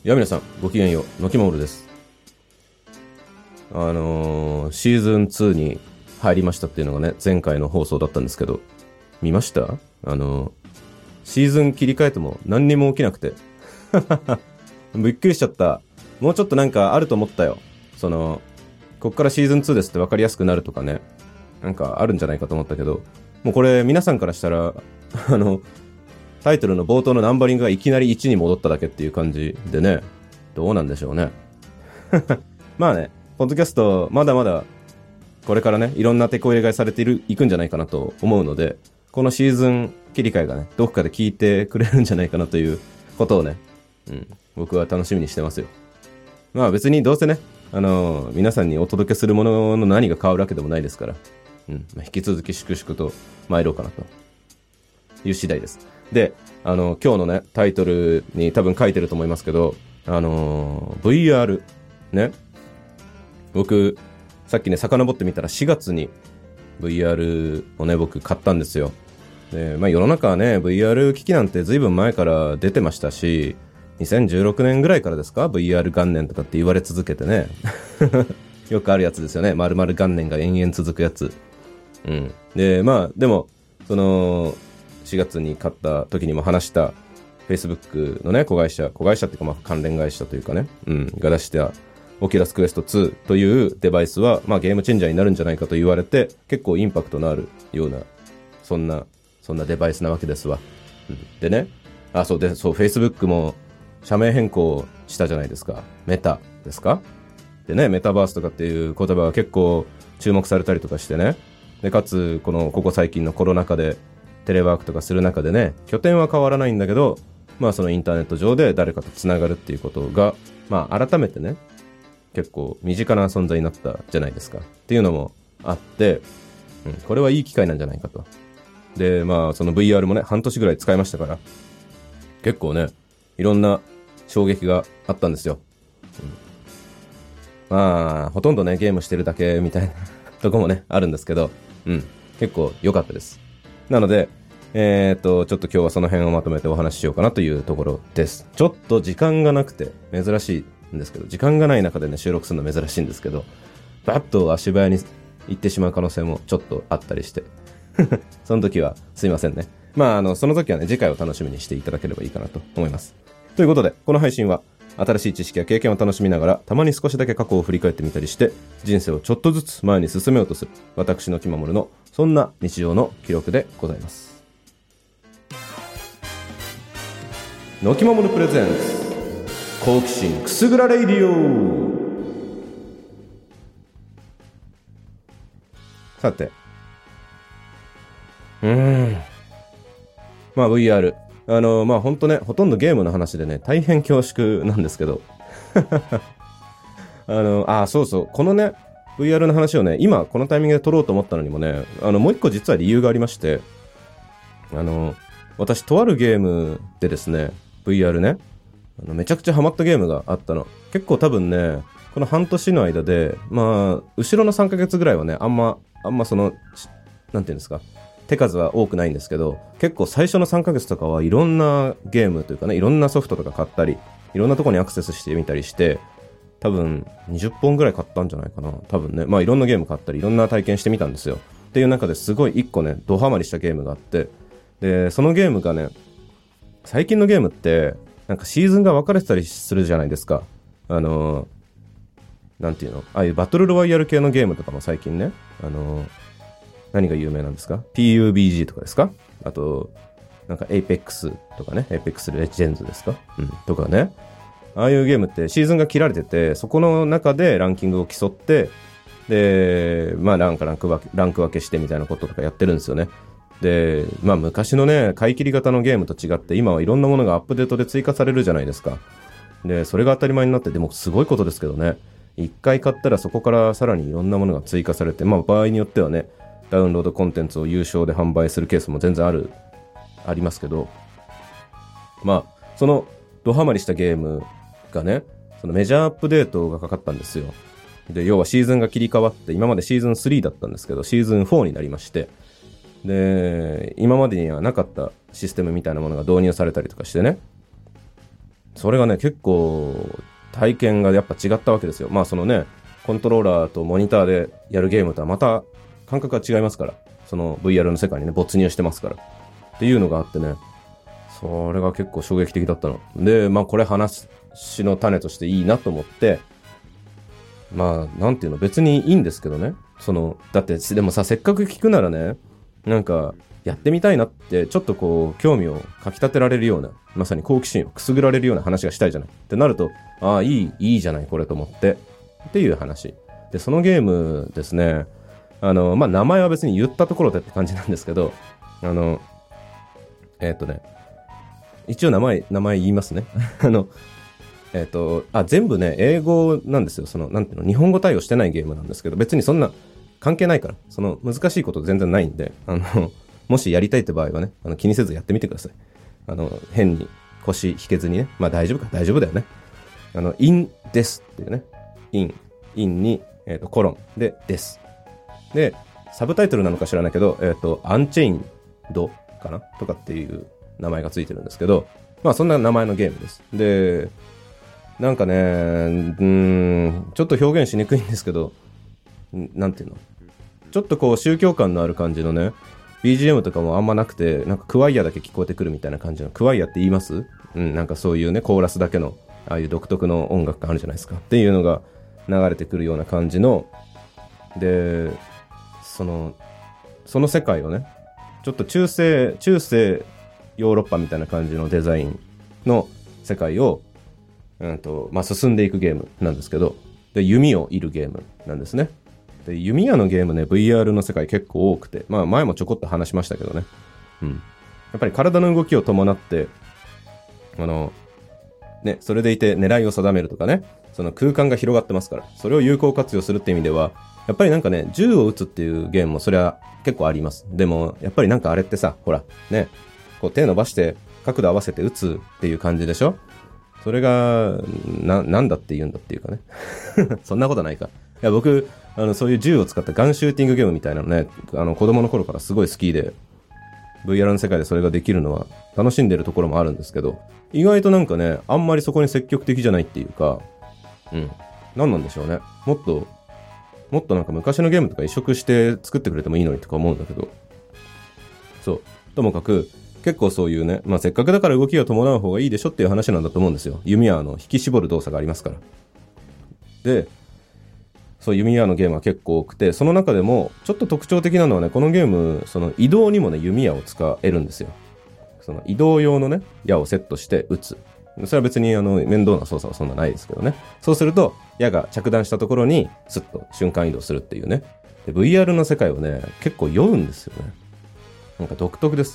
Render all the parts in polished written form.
皆さんごきげんよう、のきまもるです。シーズン2に入りましたっていうのがね、前回の放送だったんですけど、見ました？シーズン切り替えても何にも起きなくてびっくりしちゃった。もうちょっとなんかあると思ったよ。こっからシーズン2ですって分かりやすくなるとかね、なんかあるんじゃないかと思ったけど、もうこれ皆さんからしたらタイトルの冒頭のナンバリングがいきなり1に戻っただけっていう感じでね、どうなんでしょうねまあね、ポッドキャストまだまだこれからね、いろんな手こ入れがされていくんじゃないかなと思うので、このシーズン切り替えがね、どこかで聞いてくれるんじゃないかなということをね、僕は楽しみにしてますよ。まあ別にどうせね、皆さんにお届けするものの何が変わるわけでもないですから、引き続き粛々と参ろうかなという次第です。で、今日のね、タイトルに多分書いてると思いますけど、VR ね、僕さっきね遡ってみたら4月に VR をね僕買ったんですよ。で、世の中はね VR 機器なんてずいぶん前から出てましたし、2016年ぐらいからですか VR 元年とかって言われ続けてねよくあるやつですよね、〇〇元年が延々続くやつ。ででもその4月に買った時にも話した Facebook のね子会社っていうか関連会社というかね、が出したオキュラスクエスト2というデバイスはゲームチェンジャーになるんじゃないかと言われて、結構インパクトのあるようなそんなデバイスなわけですわ。でね、Facebook も社名変更したじゃないですか。メタですか。でね、メタバースとかっていう言葉が結構注目されたりとかしてね。でかつここ最近のコロナ禍でテレワークとかする中でね、拠点は変わらないんだけど、そのインターネット上で誰かとつながるっていうことが改めてね結構身近な存在になったじゃないですかっていうのもあって、これはいい機会なんじゃないかと。でその VR もね半年ぐらい使いましたから、結構ねいろんな衝撃があったんですよ。ほとんどねゲームしてるだけみたいなとこもねあるんですけど、結構良かったです。なのでちょっと今日はその辺をまとめてお話ししようかなというところです。ちょっと時間がなくて珍しいんですけど、時間がない中でね収録するの珍しいんですけど、バッと足早に行ってしまう可能性もちょっとあったりしてその時はすいませんね。その時はね次回を楽しみにしていただければいいかなと思います。ということで、この配信は新しい知識や経験を楽しみながら、たまに少しだけ過去を振り返ってみたりして、人生をちょっとずつ前に進めようとする私のきまもるのそんな日常の記録でございます。のきまもるプレゼンツ好奇心くすぐらレイディオ。さて、VR ほんとね、ほとんどゲームの話でね大変恐縮なんですけどそうそう、このね VR の話をね今このタイミングで撮ろうと思ったのにもね、もう一個実は理由がありまして、私とあるゲームでですね VR ね、めちゃくちゃハマったゲームがあったの。結構多分ねこの半年の間で後ろの3ヶ月ぐらいはねあんまそのなんていうんですか、手数は多くないんですけど、結構最初の3ヶ月とかはいろんなゲームというかね、いろんなソフトとか買ったり、いろんなところにアクセスしてみたりして、多分20本ぐらい買ったんじゃないかな。多分ね、いろんなゲーム買ったり、いろんな体験してみたんですよ。っていう中ですごい1個ね、ドハマりしたゲームがあって、で、そのゲームがね、最近のゲームって、なんかシーズンが分かれてたりするじゃないですか。なんていうの？ああいうバトルロワイヤル系のゲームとかも最近ね、何が有名なんですか？ PUBG とかですか？あとなんか Apex とかね、Apex Legends ですか？とかね、ああいうゲームってシーズンが切られてて、そこの中でランキングを競って、でランク分けしてみたいなこととかやってるんですよね。で昔のね買い切り型のゲームと違って、今はいろんなものがアップデートで追加されるじゃないですか。でそれが当たり前になって、でもすごいことですけどね、一回買ったらそこからさらにいろんなものが追加されて、場合によってはねダウンロードコンテンツを有償で販売するケースも全然ありますけど、そのドハマりしたゲームがね、そのメジャーアップデートがかかったんですよ。で要はシーズンが切り替わって、今までシーズン3だったんですけどシーズン4になりまして、で今までにはなかったシステムみたいなものが導入されたりとかしてね、 それがね、結構体験がやっぱ違ったわけですよ。まあそのね、コントローラーとモニターでやるゲームとはまた感覚が違いますから、その VR の世界にね、没入してますから。っていうのがあってね、それが結構衝撃的だったの。で、まあこれ話の種としていいなと思って、まあ、なんていうの、別にいいんですけどね。だって、でもさ、せっかく聞くならね、なんか、やってみたいなって、ちょっとこう、興味をかき立てられるような、まさに好奇心をくすぐられるような話がしたいじゃない。ってなると、ああ、いいじゃない、これと思って。っていう話。で、そのゲームですね、まあ、名前は別に言ったところでって感じなんですけど、一応名前言いますね。全部ね、英語なんですよ。なんていうの、日本語対応してないゲームなんですけど、別にそんな関係ないから、難しいこと全然ないんで、もしやりたいって場合はね、気にせずやってみてください。変に腰引けずにね、まあ大丈夫だよね。in ですっていうね、in に、コロンでです。で、サブタイトルなのか知らないけど、アンチェインドかなとかっていう名前がついてるんですけど、まあそんな名前のゲームです。で、なんかね、ちょっと表現しにくいんですけど、なんていうの、ちょっとこう宗教感のある感じのね、BGM とかもあんまなくて、なんかクワイアだけ聞こえてくるみたいな感じの、クワイアって言います？なんかそういうね、コーラスだけの、ああいう独特の音楽があるじゃないですか。っていうのが流れてくるような感じの、で、その世界をね、ちょっと中世ヨーロッパみたいな感じのデザインの世界を、まあ、進んでいくゲームなんですけど、で、弓を射るゲームなんですね。で、弓矢のゲームね、VR の世界結構多くて、まあ前もちょこっと話しましたけどね。やっぱり体の動きを伴って、ね、それでいて狙いを定めるとかね、その空間が広がってますから、それを有効活用するって意味では、やっぱりなんかね、銃を撃つっていうゲームもそれは結構あります。でも、やっぱりなんかあれってさ、ほら、ね、こう手伸ばして角度合わせて撃つっていう感じでしょ？それが、なんだって言うんだっていうかね。そんなことないか。いや、僕、そういう銃を使ったガンシューティングゲームみたいなのね、子供の頃からすごい好きで、VR の世界でそれができるのは楽しんでるところもあるんですけど、意外となんかね、あんまりそこに積極的じゃないっていうか、何なんでしょうね。もっとなんか昔のゲームとか移植して作ってくれてもいいのにとか思うんだけど、そう。ともかく、結構そういうね、まあせっかくだから動きを伴う方がいいでしょっていう話なんだと思うんですよ。弓矢引き絞る動作がありますから。で、そう弓矢のゲームは結構多くて、その中でもちょっと特徴的なのはね、このゲーム、移動にもね、弓矢を使えるんですよ。移動用のね、矢をセットして撃つ。それは別に面倒な操作はそんなないですけどね。そうすると、矢が着弾したところにスッと瞬間移動するっていうね。で、VR の世界をね、結構酔うんですよね。なんか独特です。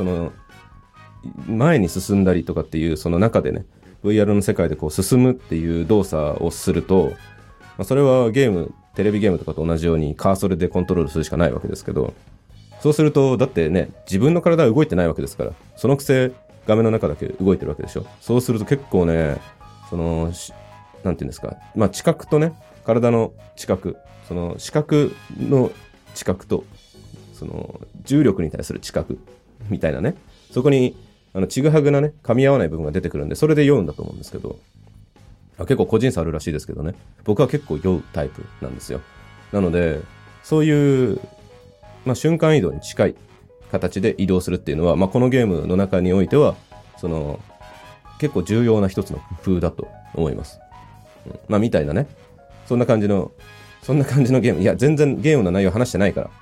前に進んだりとかっていう、その中でね、VR の世界でこう進むっていう動作をすると、まあ、それはテレビゲームとかと同じようにカーソルでコントロールするしかないわけですけど、そうすると、だってね、自分の体は動いてないわけですから、そのくせ画面の中だけ動いてるわけでしょ。そうすると結構ね、なんていうんですか、まあ知覚とね、体の知覚、視覚の知覚と、重力に対する知覚みたいなね、そこにちぐはぐなね、噛み合わない部分が出てくるんで、それで酔うんだと思うんですけど、結構個人差あるらしいですけどね、僕は結構酔うタイプなんですよ。なので、そういう、まあ、瞬間移動に近い形で移動するっていうのは、まあ、このゲームの中においては、結構重要な一つの工夫だと思います。まあ、みたいなね。そんな感じのゲーム。いや、全然ゲームの内容話してないから。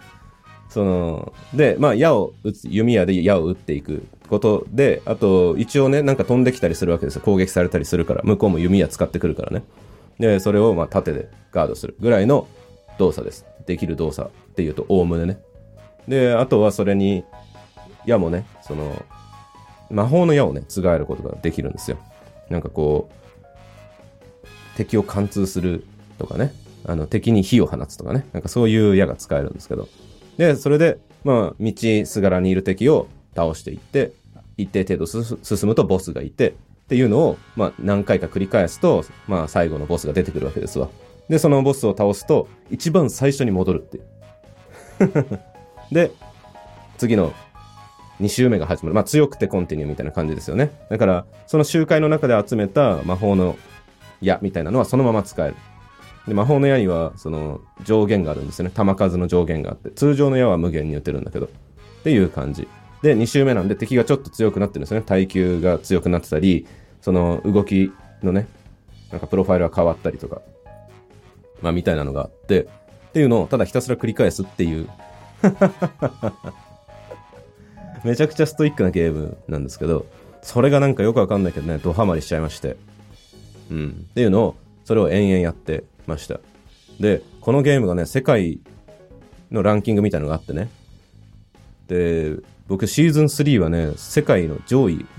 で、まあ、弓矢で矢を撃っていくことで、あと、一応ね、なんか飛んできたりするわけですよ。攻撃されたりするから。向こうも弓矢使ってくるからね。で、それを、まあ、縦でガードするぐらいの動作です。できる動作っていうと、おおむねね。で、あとはそれに、矢もね、魔法の矢をね、つがえることができるんですよ。なんかこう、敵を貫通するとかね、敵に火を放つとかね、なんかそういう矢が使えるんですけど。で、それで、まあ、道すがらにいる敵を倒していって、一定程度進むとボスがいて、っていうのを、まあ、何回か繰り返すと、まあ、最後のボスが出てくるわけですわ。で、そのボスを倒すと、一番最初に戻るっていう。で、次の 2周目が始まる。まあ強くてコンティニューみたいな感じですよね。だから、その集会の中で集めた魔法の矢みたいなのはそのまま使える。で、魔法の矢にはその上限があるんですよね。弾数の上限があって。通常の矢は無限に撃てるんだけど。っていう感じ。で、2周目なんで敵がちょっと強くなってるんですよね。耐久が強くなってたり、その動きのね、なんかプロファイルが変わったりとか。まあみたいなのがあって、っていうのをただひたすら繰り返すっていう。めちゃくちゃストイックなゲームなんですけど、それがなんかよくわかんないけどね、ドハマりしちゃいまして。っていうのを、それを延々やってました。で、このゲームがね、世界のランキングみたいなのがあってね。で、僕シーズン3はね、世界の上位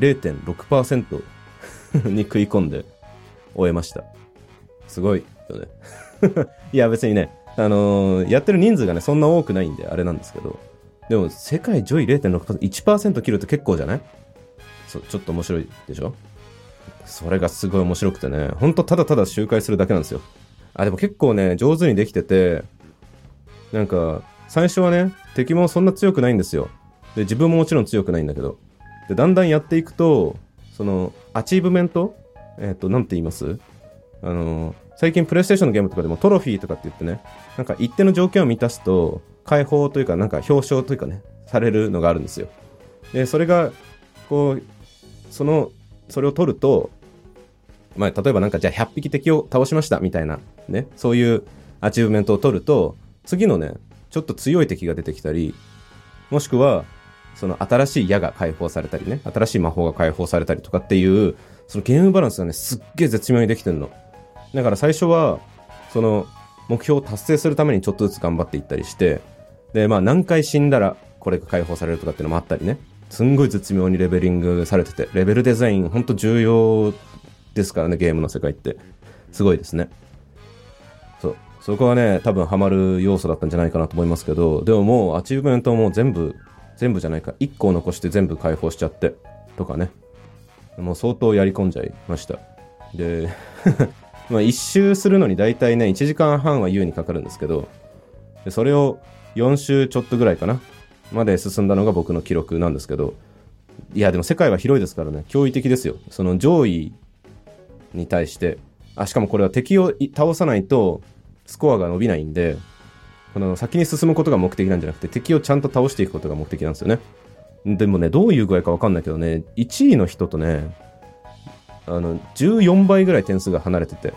0.6% に食い込んで終えました。すごいよね。いや別にね、やってる人数がね、そんな多くないんであれなんですけど、でも世界上位 0.6%、1% 切ると結構じゃない？ちょっと面白いでしょ？それがすごい面白くてね、ほんとただただ周回するだけなんですよ。でも結構ね、上手にできてて、なんか、最初はね、敵もそんな強くないんですよ。で、自分ももちろん強くないんだけど。で、だんだんやっていくと、その、アチーブメント？なんて言います？最近プレイステーションのゲームとかでもトロフィーとかって言ってね、なんか一定の条件を満たすと、解放というか、なんか表彰というかね、されるのがあるんですよ。で、それが、こう、それを取ると、まあ、例えばなんかじゃあ100匹敵を倒しましたみたいなね、そういうアチーブメントを取ると、次のね、ちょっと強い敵が出てきたり、もしくは、その新しい矢が解放されたりね、新しい魔法が解放されたりとかっていう、そのゲームバランスがね、すっげえ絶妙にできてるの。だから最初は、その目標を達成するためにちょっとずつ頑張っていったりして、で、まあ何回死んだらこれが解放されるとかっていうのもあったりね、すんごい絶妙にレベリングされてて、レベルデザインほんと重要ですからね、ゲームの世界って。すごいですね。そこはね、多分ハマる要素だったんじゃないかなと思いますけど、でももうアチーブメントも全部じゃないか、1個を残して全部解放しちゃって、とかね。もう相当やり込んじゃいました。で、まあ1周するのに大体ね、1時間半は優にかかるんですけど、でそれを4周ちょっとぐらいかな、まで進んだのが僕の記録なんですけど、いやでも世界は広いですからね、驚異的ですよ。その上位に対して、しかもこれは敵を倒さないとスコアが伸びないんで、この先に進むことが目的なんじゃなくて、敵をちゃんと倒していくことが目的なんですよね。でもね、どういう具合かわかんないけどね、1位の人とね、14倍ぐらい点数が離れてて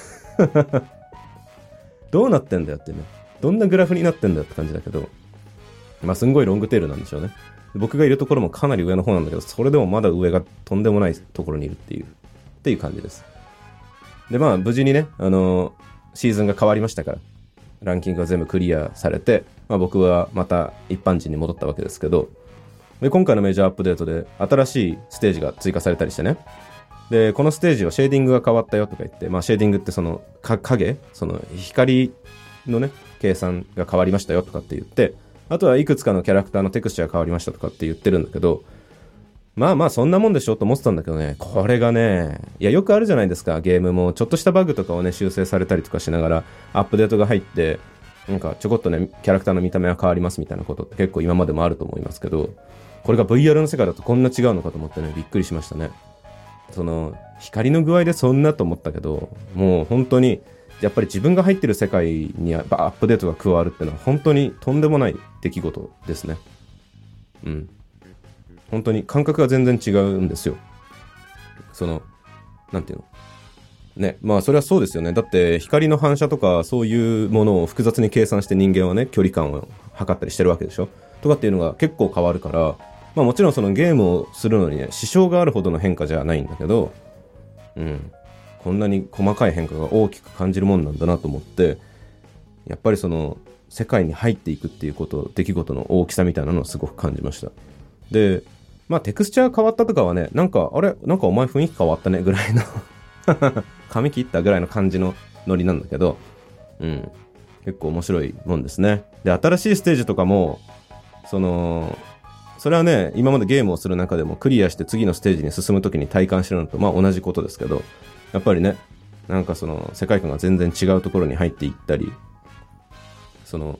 どうなってんだよってね、どんなグラフになってんだよって感じだけど、まあすんごいロングテールなんでしょうね。僕がいるところもかなり上の方なんだけど、それでもまだ上がとんでもないところにいるっていう感じです。でまあ無事にね、シーズンが変わりましたから、ランキングが全部クリアされて、まあ、僕はまた一般人に戻ったわけですけど、で今回のメジャーアップデートで新しいステージが追加されたりしてね、でこのステージはシェーディングが変わったよとか言って、まあシェーディングってその影、その光のね計算が変わりましたよとかって言って、あとはいくつかのキャラクターのテクスチャーが変わりましたとかって言ってるんだけど、まあまあそんなもんでしょと思ってたんだけどね、これがね、いやよくあるじゃないですか、ゲームもちょっとしたバグとかをね修正されたりとかしながらアップデートが入って、なんかちょこっとねキャラクターの見た目は変わりますみたいなことって結構今までもあると思いますけど、これが VR の世界だとこんな違うのかと思ってね、びっくりしましたね。その光の具合でそんなと思ったけど、もう本当にやっぱり自分が入ってる世界にアップデートが加わるっていうのは本当にとんでもない出来事ですね。本当に感覚が全然違うんですよ。そのなんていうのね、まあそれはそうですよね。だって光の反射とかそういうものを複雑に計算して人間はね距離感を測ったりしてるわけでしょとかっていうのが結構変わるから、まあもちろんそのゲームをするのにね支障があるほどの変化じゃないんだけど、こんなに細かい変化が大きく感じるもんなんだなと思って、やっぱりその世界に入っていくっていうこと出来事の大きさみたいなのをすごく感じました。でまあテクスチャー変わったとかはね、なんかお前雰囲気変わったねぐらいの髪切ったぐらいの感じのノリなんだけど、結構面白いもんですね。で新しいステージとかもそれはね今までゲームをする中でもクリアして次のステージに進むときに体感してるのとまあ同じことですけど、やっぱりねなんかその世界観が全然違うところに入っていったり、その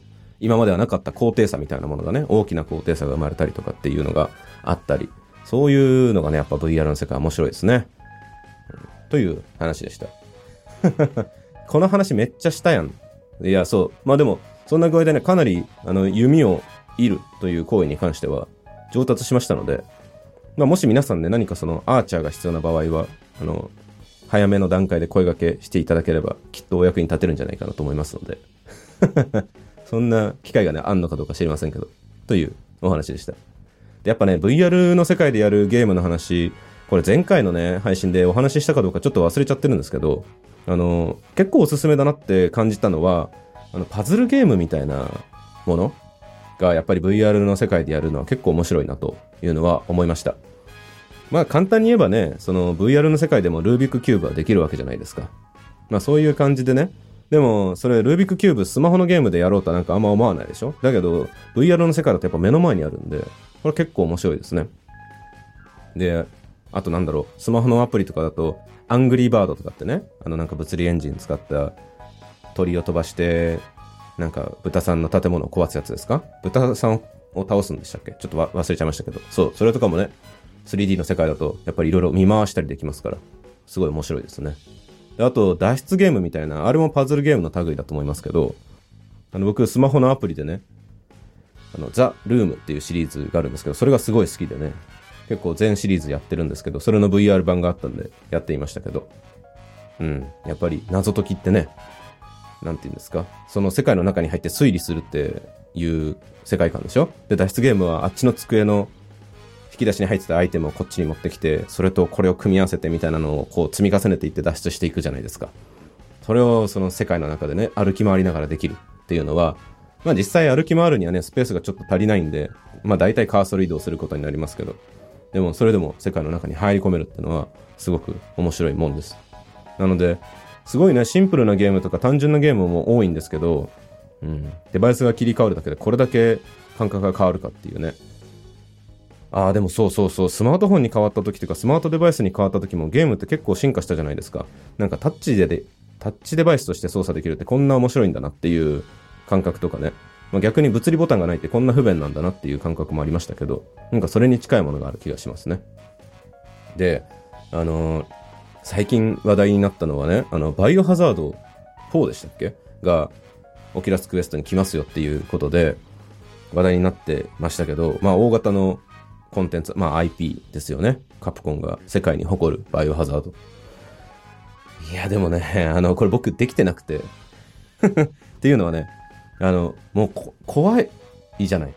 今まではなかった高低差みたいなものがね、大きな高低差が生まれたりとかっていうのがあったり、そういうのがね、やっぱ VR の世界は面白いですね。という話でした。この話めっちゃしたやん。いや、そう。まあでも、そんな具合でね、かなり、弓を射るという行為に関しては上達しましたので、まあもし皆さんね、何かそのアーチャーが必要な場合は、早めの段階で声掛けしていただければ、きっとお役に立てるんじゃないかなと思いますので。そんな機会がね、あんのかどうか知りませんけど、というお話でした。で、やっぱね、VR の世界でやるゲームの話、これ前回のね、配信でお話ししたかどうかちょっと忘れちゃってるんですけど、結構おすすめだなって感じたのは、パズルゲームみたいなものがやっぱり VR の世界でやるのは結構面白いなというのは思いました。まあ簡単に言えばね、その VR の世界でもルービックキューブはできるわけじゃないですか。まあそういう感じでね、でもそれルービックキューブスマホのゲームでやろうとなんかあんま思わないでしょ。だけど VR の世界だとやっぱ目の前にあるんで、これ結構面白いですね。で、あとなんだろう、スマホのアプリとかだとアングリーバードとかってね、なんか物理エンジン使った鳥を飛ばしてなんか豚さんの建物を壊すやつですか。豚さんを倒すんでしたっけ。ちょっと忘れちゃいましたけど、そう、それとかもね 3D の世界だとやっぱりいろいろ見回したりできますから、すごい面白いですね。で、あと脱出ゲームみたいな、あれもパズルゲームの類だと思いますけど、僕スマホのアプリでね、ザ・ルームっていうシリーズがあるんですけど、それがすごい好きでね、結構全シリーズやってるんですけど、それの VR 版があったんでやっていましたけど、やっぱり謎解きってね、なんていうんですか、その世界の中に入って推理するっていう世界観でしょ。で、脱出ゲームはあっちの机の引き出しに入ってたアイテムをこっちに持ってきて、それとこれを組み合わせてみたいなのをこう積み重ねていって脱出していくじゃないですか。それをその世界の中でね、歩き回りながらできるっていうのは、まあ実際歩き回るにはね、スペースがちょっと足りないんで、まあ大体カーソル移動することになりますけど、でもそれでも世界の中に入り込めるっていうのはすごく面白いもんです。なので、すごいね、シンプルなゲームとか単純なゲームも多いんですけど、デバイスが切り替わるだけでこれだけ感覚が変わるかっていうね。でもそう、スマートフォンに変わった時とか、スマートデバイスに変わった時もゲームって結構進化したじゃないですか。なんかタッチデバイスとして操作できるってこんな面白いんだなっていう感覚とかね。まあ、逆に物理ボタンがないってこんな不便なんだなっていう感覚もありましたけど、なんかそれに近いものがある気がしますね。で、最近話題になったのはね、バイオハザード4でしたっけが、オキュラスクエストに来ますよっていうことで、話題になってましたけど、まあ大型のコンテンツ、まあ IP ですよね。カプコンが世界に誇るバイオハザード。いや、でもね、これ僕できてなくて。っていうのはね、もう怖いじゃない。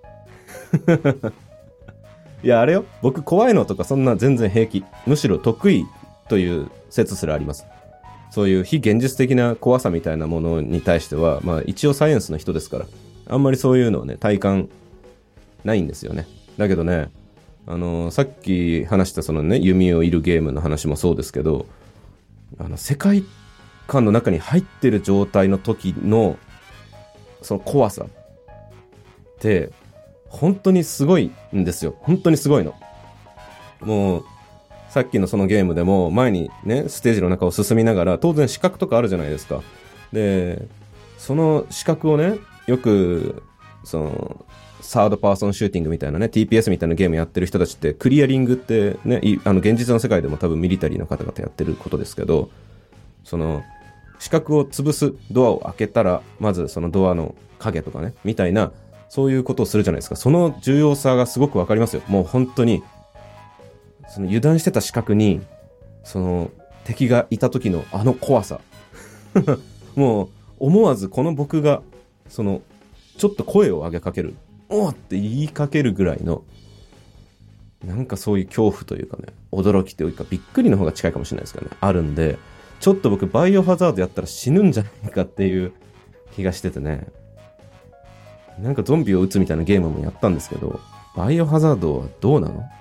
いや、あれよ。僕怖いのとかそんな全然平気。むしろ得意という説すらあります。そういう非現実的な怖さみたいなものに対しては、まあ一応サイエンスの人ですから、あんまりそういうのはね、体感ないんですよね。だけどね、さっき話したそのね、弓を射るゲームの話もそうですけど、世界観の中に入ってる状態の時の、その怖さって、本当にすごいんですよ。本当にすごいの。もう、さっきのそのゲームでも前にね、ステージの中を進みながら、当然視覚とかあるじゃないですか。で、その視覚をね、よく、サードパーソンシューティングみたいなね、TPS みたいなゲームやってる人たちって、クリアリングってね、現実の世界でも多分ミリタリーの方々やってることですけど、視覚を潰すドアを開けたら、まずそのドアの影とかね、みたいな、そういうことをするじゃないですか。その重要さがすごくわかりますよ。もう本当に、油断してた視覚に、敵がいた時の怖さ。もう、思わずこの僕が、ちょっと声を上げかける。おーって言いかけるぐらいの、なんかそういう恐怖というかね、驚きというか、びっくりの方が近いかもしれないですけどね、あるんで、ちょっと僕、バイオハザードやったら死ぬんじゃないかっていう気がしててね、なんかゾンビを撃つみたいなゲームもやったんですけど、バイオハザードはどうなの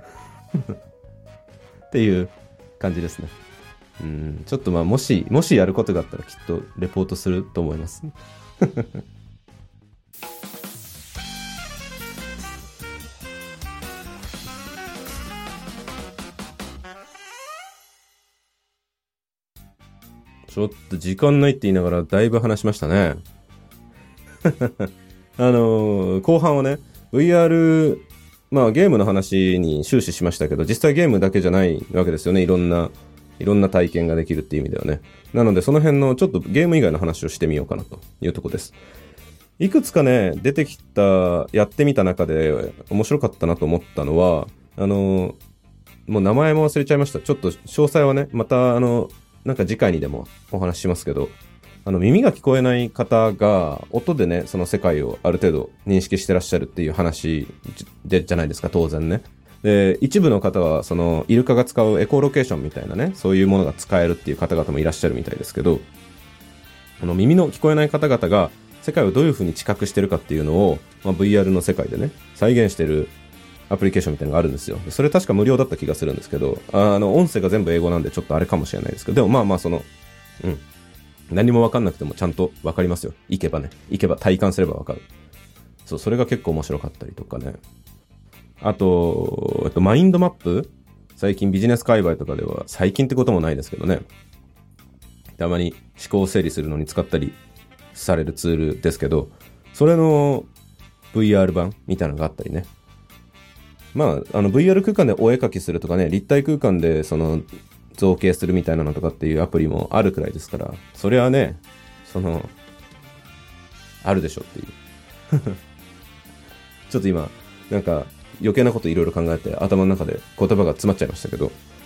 っていう感じですね。ちょっとまあもしやることがあったらきっとレポートすると思います。ちょっと時間ないって言いながらだいぶ話しましたね。 後半はね、VR、まあゲームの話に終始しましたけど、実際ゲームだけじゃないわけですよね。いろんな体験ができるっていう意味ではね。なのでその辺のちょっとゲーム以外の話をしてみようかなというところです。いくつかね、出てきた、やってみた中で面白かったなと思ったのは、もう名前も忘れちゃいました。ちょっと詳細はね、またなんか次回にでもお話ししますけど、耳が聞こえない方が音でね、その世界をある程度認識してらっしゃるっていう話じゃないですか、当然ね。で、一部の方はそのイルカが使うエコロケーションみたいなね、そういうものが使えるっていう方々もいらっしゃるみたいですけど、耳の聞こえない方々が世界をどういう風に知覚してるかっていうのを、VR の世界でね、再現してるアプリケーションみたいなのがあるんですよ。それ確か無料だった気がするんですけど、音声が全部英語なんでちょっとあれかもしれないですけど、でも何もわかんなくてもちゃんとわかりますよ。行けば体感すればわかる。そう、それが結構面白かったりとかね。あと、マインドマップ、最近ビジネス界隈とかでは、最近ってこともないですけどね。たまに思考を整理するのに使ったりされるツールですけど、それの VR 版みたいなのがあったりね。VR 空間でお絵描きするとかね、立体空間でその造形するみたいなのとかっていうアプリもあるくらいですから、それはね、あるでしょっていう。ちょっと今、なんか余計なこといろいろ考えて頭の中で言葉が詰まっちゃいましたけど、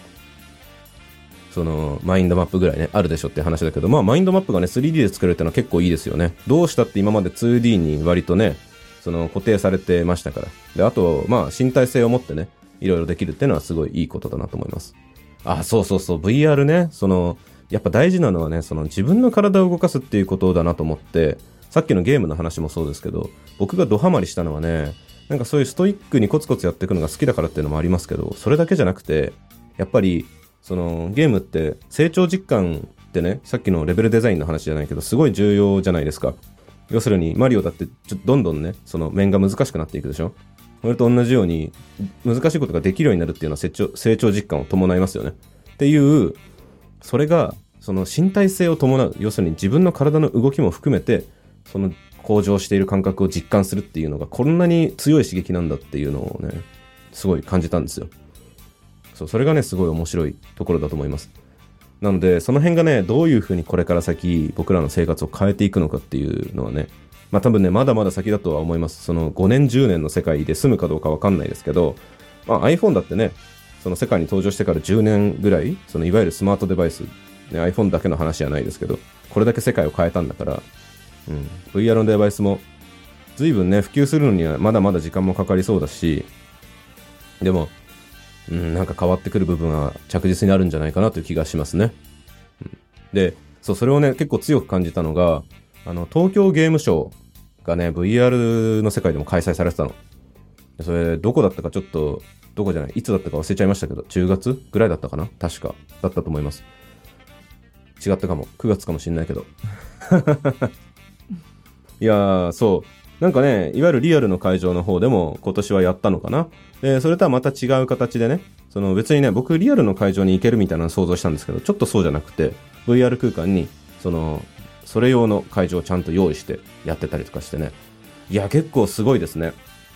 マインドマップぐらいね、あるでしょって話だけど、マインドマップがね、3D で作れるってのは結構いいですよね。どうしたって今まで 2D に割とね、固定されてましたから。で、あと、身体性を持ってね、いろいろできるっていうのはすごいいいことだなと思います。そう、VR ね、やっぱ大事なのはね、自分の体を動かすっていうことだなと思って、さっきのゲームの話もそうですけど、僕がドハマりしたのはね、なんかそういうストイックにコツコツやっていくのが好きだからっていうのもありますけど、それだけじゃなくて、やっぱり、ゲームって成長実感ってね、さっきのレベルデザインの話じゃないけど、すごい重要じゃないですか。要するに、マリオだってどんどんね、面が難しくなっていくでしょ。それと同じように、難しいことができるようになるっていうのは成長実感を伴いますよね。っていう、それが、身体性を伴う、要するに自分の体の動きも含めて、向上している感覚を実感するっていうのが、こんなに強い刺激なんだっていうのをね、すごい感じたんですよ。それがね、すごい面白いところだと思います。なので、その辺がね、どういうふうにこれから先、僕らの生活を変えていくのかっていうのはね、多分ね、まだまだ先だとは思います。5年、10年の世界で住むかどうかわかんないですけど、iPhone だってね、世界に登場してから10年ぐらい、いわゆるスマートデバイス、ね、iPhone だけの話じゃないですけど、これだけ世界を変えたんだから、VR のデバイスも、随分ね、普及するのにはまだまだ時間もかかりそうだし、でも、なんか変わってくる部分は着実にあるんじゃないかなという気がしますね。で、それをね、結構強く感じたのが、東京ゲームショウがね、VR の世界でも開催されてたの。それ、どこだったかちょっと、どこじゃない、いつだったか忘れちゃいましたけど、10月ぐらいだったかな、確か。だったと思います。違ったかも。9月かもしんないけど。いやー、そう。なんかね、いわゆるリアルの会場の方でも今年はやったのかな。で、それとはまた違う形でね、別にね、僕リアルの会場に行けるみたいなのを想像したんですけど、ちょっとそうじゃなくて、VR 空間に、それ用の会場をちゃんと用意してやってたりとかしてね。いや、結構すごいですね。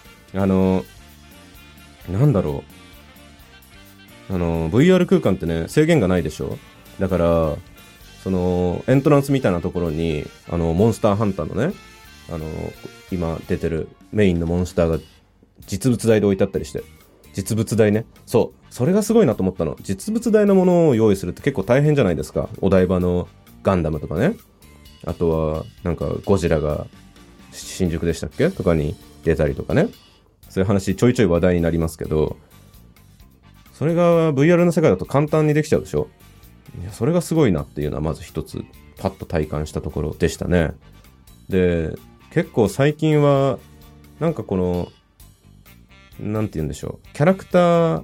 なんだろう。VR 空間ってね、制限がないでしょ。だから、エントランスみたいなところに、モンスターハンターのね、今出てるメインのモンスターが実物大で置いてあったりして。実物大ね。そう。それがすごいなと思ったの。実物大のものを用意するって結構大変じゃないですか。お台場のガンダムとかね。あとは、なんかゴジラが新宿でしたっけとかに出たりとかね。そういう話ちょいちょい話題になりますけど、それが VR の世界だと簡単にできちゃうでしょ。いや、それがすごいなっていうのはまず一つパッと体感したところでしたね。で、結構最近はなんかなんて言うんでしょう、キャラクタ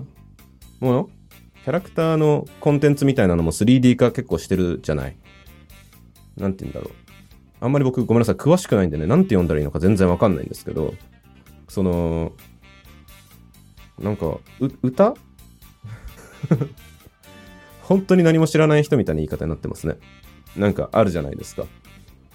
ーのコンテンツみたいなのも 3D 化結構してるじゃない。なんて言うんだろう。あんまり僕ごめんなさい、詳しくないんでね、なんて読んだらいいのか全然わかんないんですけど、なんか、歌本当に何も知らない人みたいな言い方になってますね。なんかあるじゃないですか。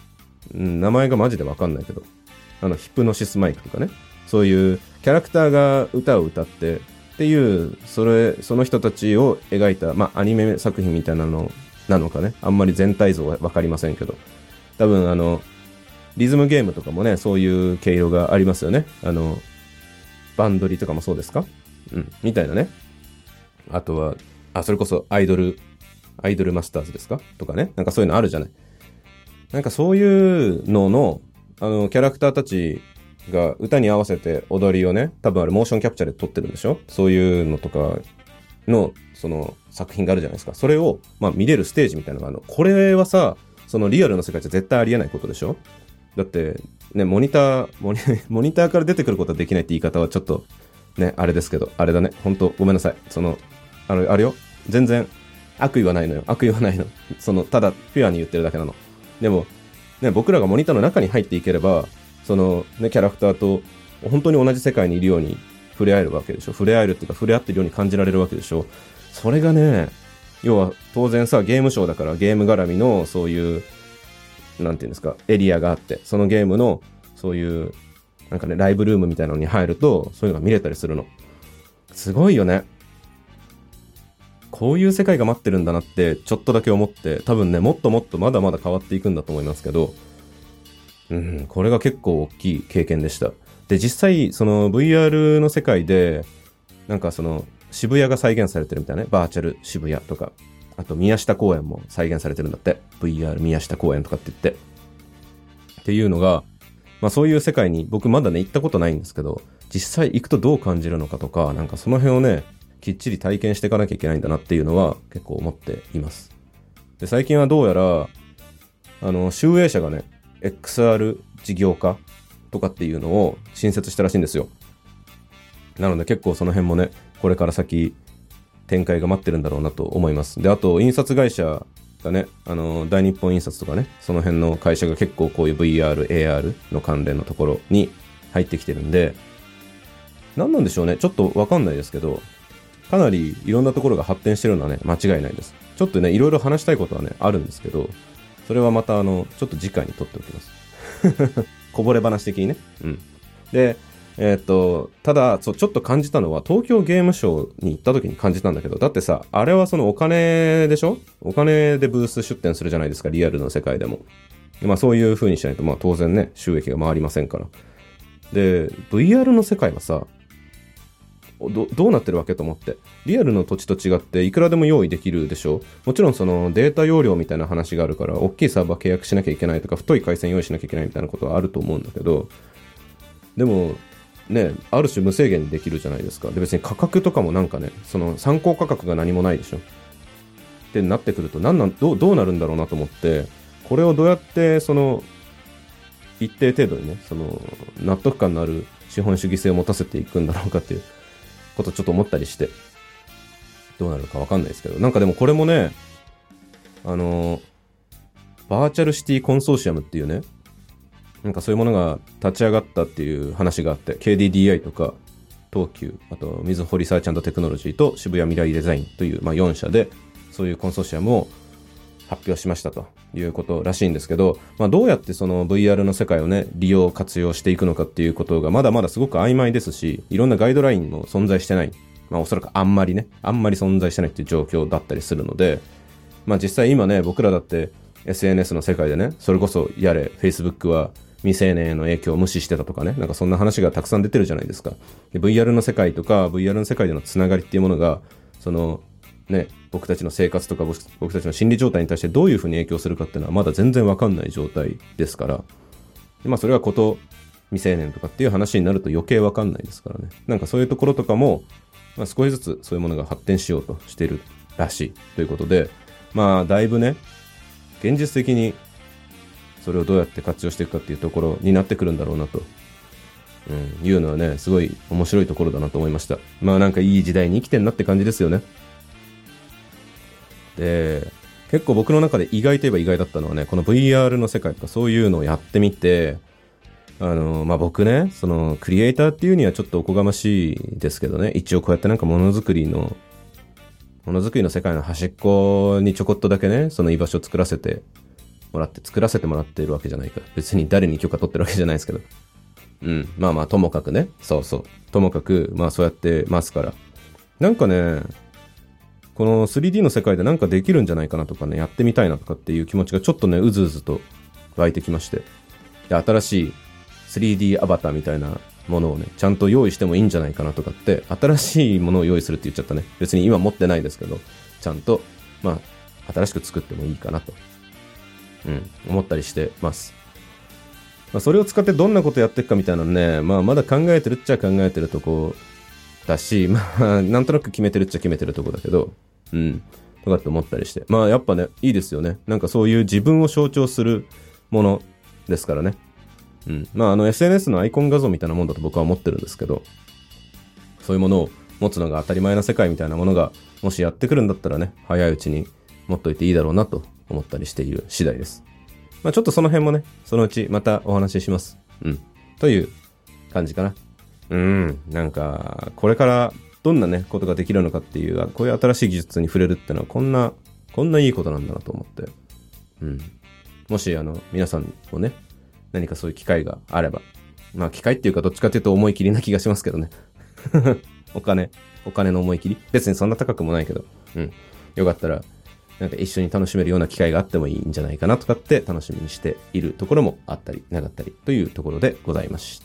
名前がマジでわかんないけど、ヒプノシスマイクとかね、そういうキャラクターが歌を歌ってっていう、その人たちを描いた、アニメ作品みたいなのなのかね、あんまり全体像はわかりませんけど、多分リズムゲームとかもね、そういう毛色がありますよね。バンドリとかもそうですか？みたいなね。あとは、それこそアイドルマスターズですかとかね。なんかそういうのあるじゃない。なんかそういうのの、キャラクターたちが歌に合わせて踊りをね、多分あれモーションキャプチャーで撮ってるんでしょ？そういうのとかの、その作品があるじゃないですか。それを、見れるステージみたいなのがあるの。これはさ、そのリアルの世界じゃ絶対ありえないことでしょ？だって、ね、モニターから出てくることはできないって言い方はちょっと、ね、あれですけど、あれだね。ほんと、ごめんなさい。あれよ。全然、悪意はないのよ。悪意はないの。ただ、ピュアに言ってるだけなの。でも、ね、僕らがモニターの中に入っていければ、キャラクターと、本当に同じ世界にいるように触れ合えるわけでしょ。触れ合えるっていうか、触れ合ってるように感じられるわけでしょ。それがね、要は、当然さ、ゲームショーだから、ゲーム絡みの、そういう、なんていうんですか、エリアがあって、そのゲームの、そういう、なんかね、ライブルームみたいなのに入ると、そういうのが見れたりするの。すごいよね。こういう世界が待ってるんだなって、ちょっとだけ思って、多分ね、もっともっとまだまだ変わっていくんだと思いますけど、これが結構大きい経験でした。で、実際、その VR の世界で、なんか渋谷が再現されてるみたいなね、バーチャル渋谷とか、あと宮下公園も再現されてるんだって。VR 宮下公園とかって言って。っていうのが、そういう世界に僕まだね行ったことないんですけど、実際行くとどう感じるのかとか、なんかその辺をね、きっちり体験していかなきゃいけないんだなっていうのは結構思っています。で、最近はどうやら、集英社がね、XR 事業化とかっていうのを新設したらしいんですよ。なので結構その辺もね、これから先、展開が待ってるんだろうなと思います。で、あと、印刷会社がね、大日本印刷とかね、その辺の会社が結構こういう VR、AR の関連のところに入ってきてるんで、何なんでしょうね、ちょっとわかんないですけど、かなりいろんなところが発展してるのはね、間違いないです。ちょっとね、いろいろ話したいことはね、あるんですけど、それはまたちょっと次回に撮っておきます。こぼれ話的にね。で、ただ、ちょっと感じたのは、東京ゲームショウに行った時に感じたんだけど、だってさ、あれはお金でしょ？お金でブース出店するじゃないですか、リアルの世界でも。そういう風にしないと、当然ね、収益が回りませんから。で、VR の世界はさ、どうなってるわけと思って。リアルの土地と違って、いくらでも用意できるでしょ？もちろんデータ容量みたいな話があるから、大きいサーバー契約しなきゃいけないとか、太い回線用意しなきゃいけないみたいなことはあると思うんだけど、でも、ね、ある種無制限にできるじゃないですか。で、別に価格とかもなんかね、参考価格が何もないでしょ。ってなってくると、どうなるんだろうなと思って、これをどうやって、一定程度にね、納得感のある資本主義性を持たせていくんだろうかっていうことをちょっと思ったりして、どうなるかわかんないですけど、なんかでもこれもね、バーチャルシティコンソーシアムっていうね、なんかそういうものが立ち上がったっていう話があって、KDDI とか、東急、あと、みずほリサーチ&テクノロジーと渋谷未来デザインという、4社で、そういうコンソーシアムを発表しましたということらしいんですけど、どうやってその VR の世界をね、利用、活用していくのかっていうことがまだまだすごく曖昧ですし、いろんなガイドラインも存在してない。おそらくあんまり存在してないっていう状況だったりするので、実際今ね、僕らだって SNS の世界でね、それこそやれ、Facebook は未成年への影響を無視してたとかね、なんかそんな話がたくさん出てるじゃないですか。で VR の世界とか VR の世界でのつながりっていうものが僕たちの生活とか僕たちの心理状態に対してどういうふうに影響するかっていうのはまだ全然わかんない状態ですから、でそれは未成年とかっていう話になると余計わかんないですからね。なんかそういうところとかも、少しずつそういうものが発展しようとしているらしいということで、だいぶね、現実的にそれをどうやって活用していくかっていうところになってくるんだろうなと、いうのはね、すごい面白いところだなと思いました。なんかいい時代に生きてんなって感じですよね。で、結構僕の中で意外といえば意外だったのはね、この VR の世界とかそういうのをやってみて、僕ね、クリエイターっていうにはちょっとおこがましいですけどね、一応こうやってなんかものづくりの世界の端っこにちょこっとだけね、その居場所を作らせてもらって作らせてもらっているわけじゃないから。別に誰に許可取ってるわけじゃないですけど。まあまあ、ともかくね。そうそう。ともかく、まあそうやってますから。なんかね、この 3D の世界でなんかできるんじゃないかなとかね、やってみたいなとかっていう気持ちがちょっとね、うずうずと湧いてきまして。で、新しい 3D アバターみたいなものをね、ちゃんと用意してもいいんじゃないかなとかって、新しいものを用意するって言っちゃったね。別に今持ってないですけど、ちゃんと、まあ、新しく作ってもいいかなと、思ったりしてます。まあ、それを使ってどんなことやっていくかみたいなのね、まあ、まだ考えてるっちゃ考えてるとこだし、まあ、なんとなく決めてるっちゃ決めてるとこだけど、とかって思ったりして。まあ、やっぱね、いいですよね。なんかそういう自分を象徴するものですからね。まあ、SNS のアイコン画像みたいなもんだと僕は思ってるんですけど、そういうものを持つのが当たり前な世界みたいなものが、もしやってくるんだったらね、早いうちに持っといていいだろうなと思ったりしている次第です。まあ、ちょっとその辺もね、そのうちまたお話しします。という感じかな。なんか、これからどんなね、ことができるのかっていう、こういう新しい技術に触れるってのは、こんないいことなんだなと思って。もし、皆さんもね、何かそういう機会があれば。まあ、機会っていうか、どっちかというと思い切りな気がしますけどね。お金の思い切り。別にそんな高くもないけど。よかったら、なんか一緒に楽しめるような機会があってもいいんじゃないかなとかって楽しみにしているところもあったり、なかったりというところでございました。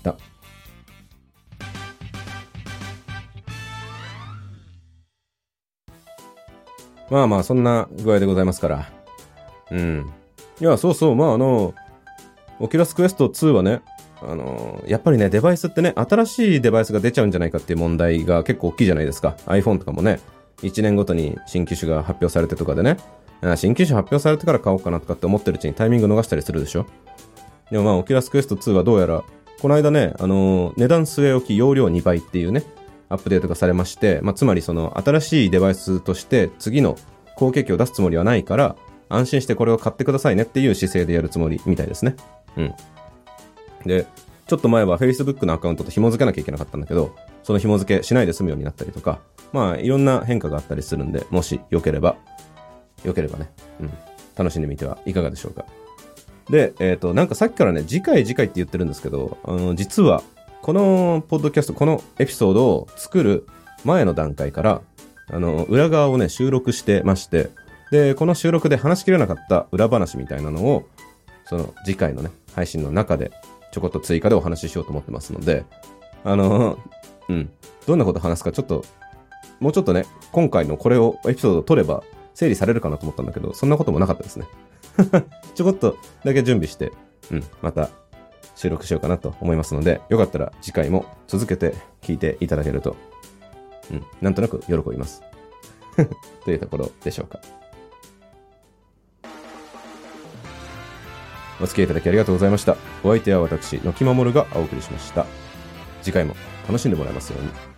まあまあ、そんな具合でございますから。いや、そうそう、まあオキュラスクエスト2はね、やっぱりね、デバイスってね、新しいデバイスが出ちゃうんじゃないかっていう問題が結構大きいじゃないですか。iPhone とかもね、1年ごとに新機種が発表されてとかでね、新機種発表されてから買おうかなとかって思ってるうちにタイミング逃したりするでしょ。でもまあ、オキュラスクエスト2はどうやら、この間ね、値段据え置き容量2倍っていうね、アップデートがされまして、まあ、つまりその新しいデバイスとして次の後継機を出すつもりはないから、安心してこれを買ってくださいねっていう姿勢でやるつもりみたいですね。で、ちょっと前は Facebook のアカウントと紐付けなきゃいけなかったんだけど、その紐付けしないで済むようになったりとか、まあいろんな変化があったりするんで、もしよければね、楽しんでみてはいかがでしょうか。で、なんかさっきからね、次回って言ってるんですけど、実は、このポッドキャスト、このエピソードを作る前の段階から、裏側をね、収録してまして、で、この収録で話しきれなかった裏話みたいなのを、その次回のね、配信の中で、ちょこっと追加でお話ししようと思ってますので、どんなこと話すかちょっと、もうちょっとね、今回のこれをエピソードを撮れば整理されるかなと思ったんだけど、そんなこともなかったですね。ちょこっとだけ準備して、また収録しようかなと思いますので、よかったら次回も続けて聞いていただけると、なんとなく喜びます。というところでしょうか。お付き合いいただきありがとうございました。お相手は私、のきまもるがお送りしました。次回も楽しんでもらえますように。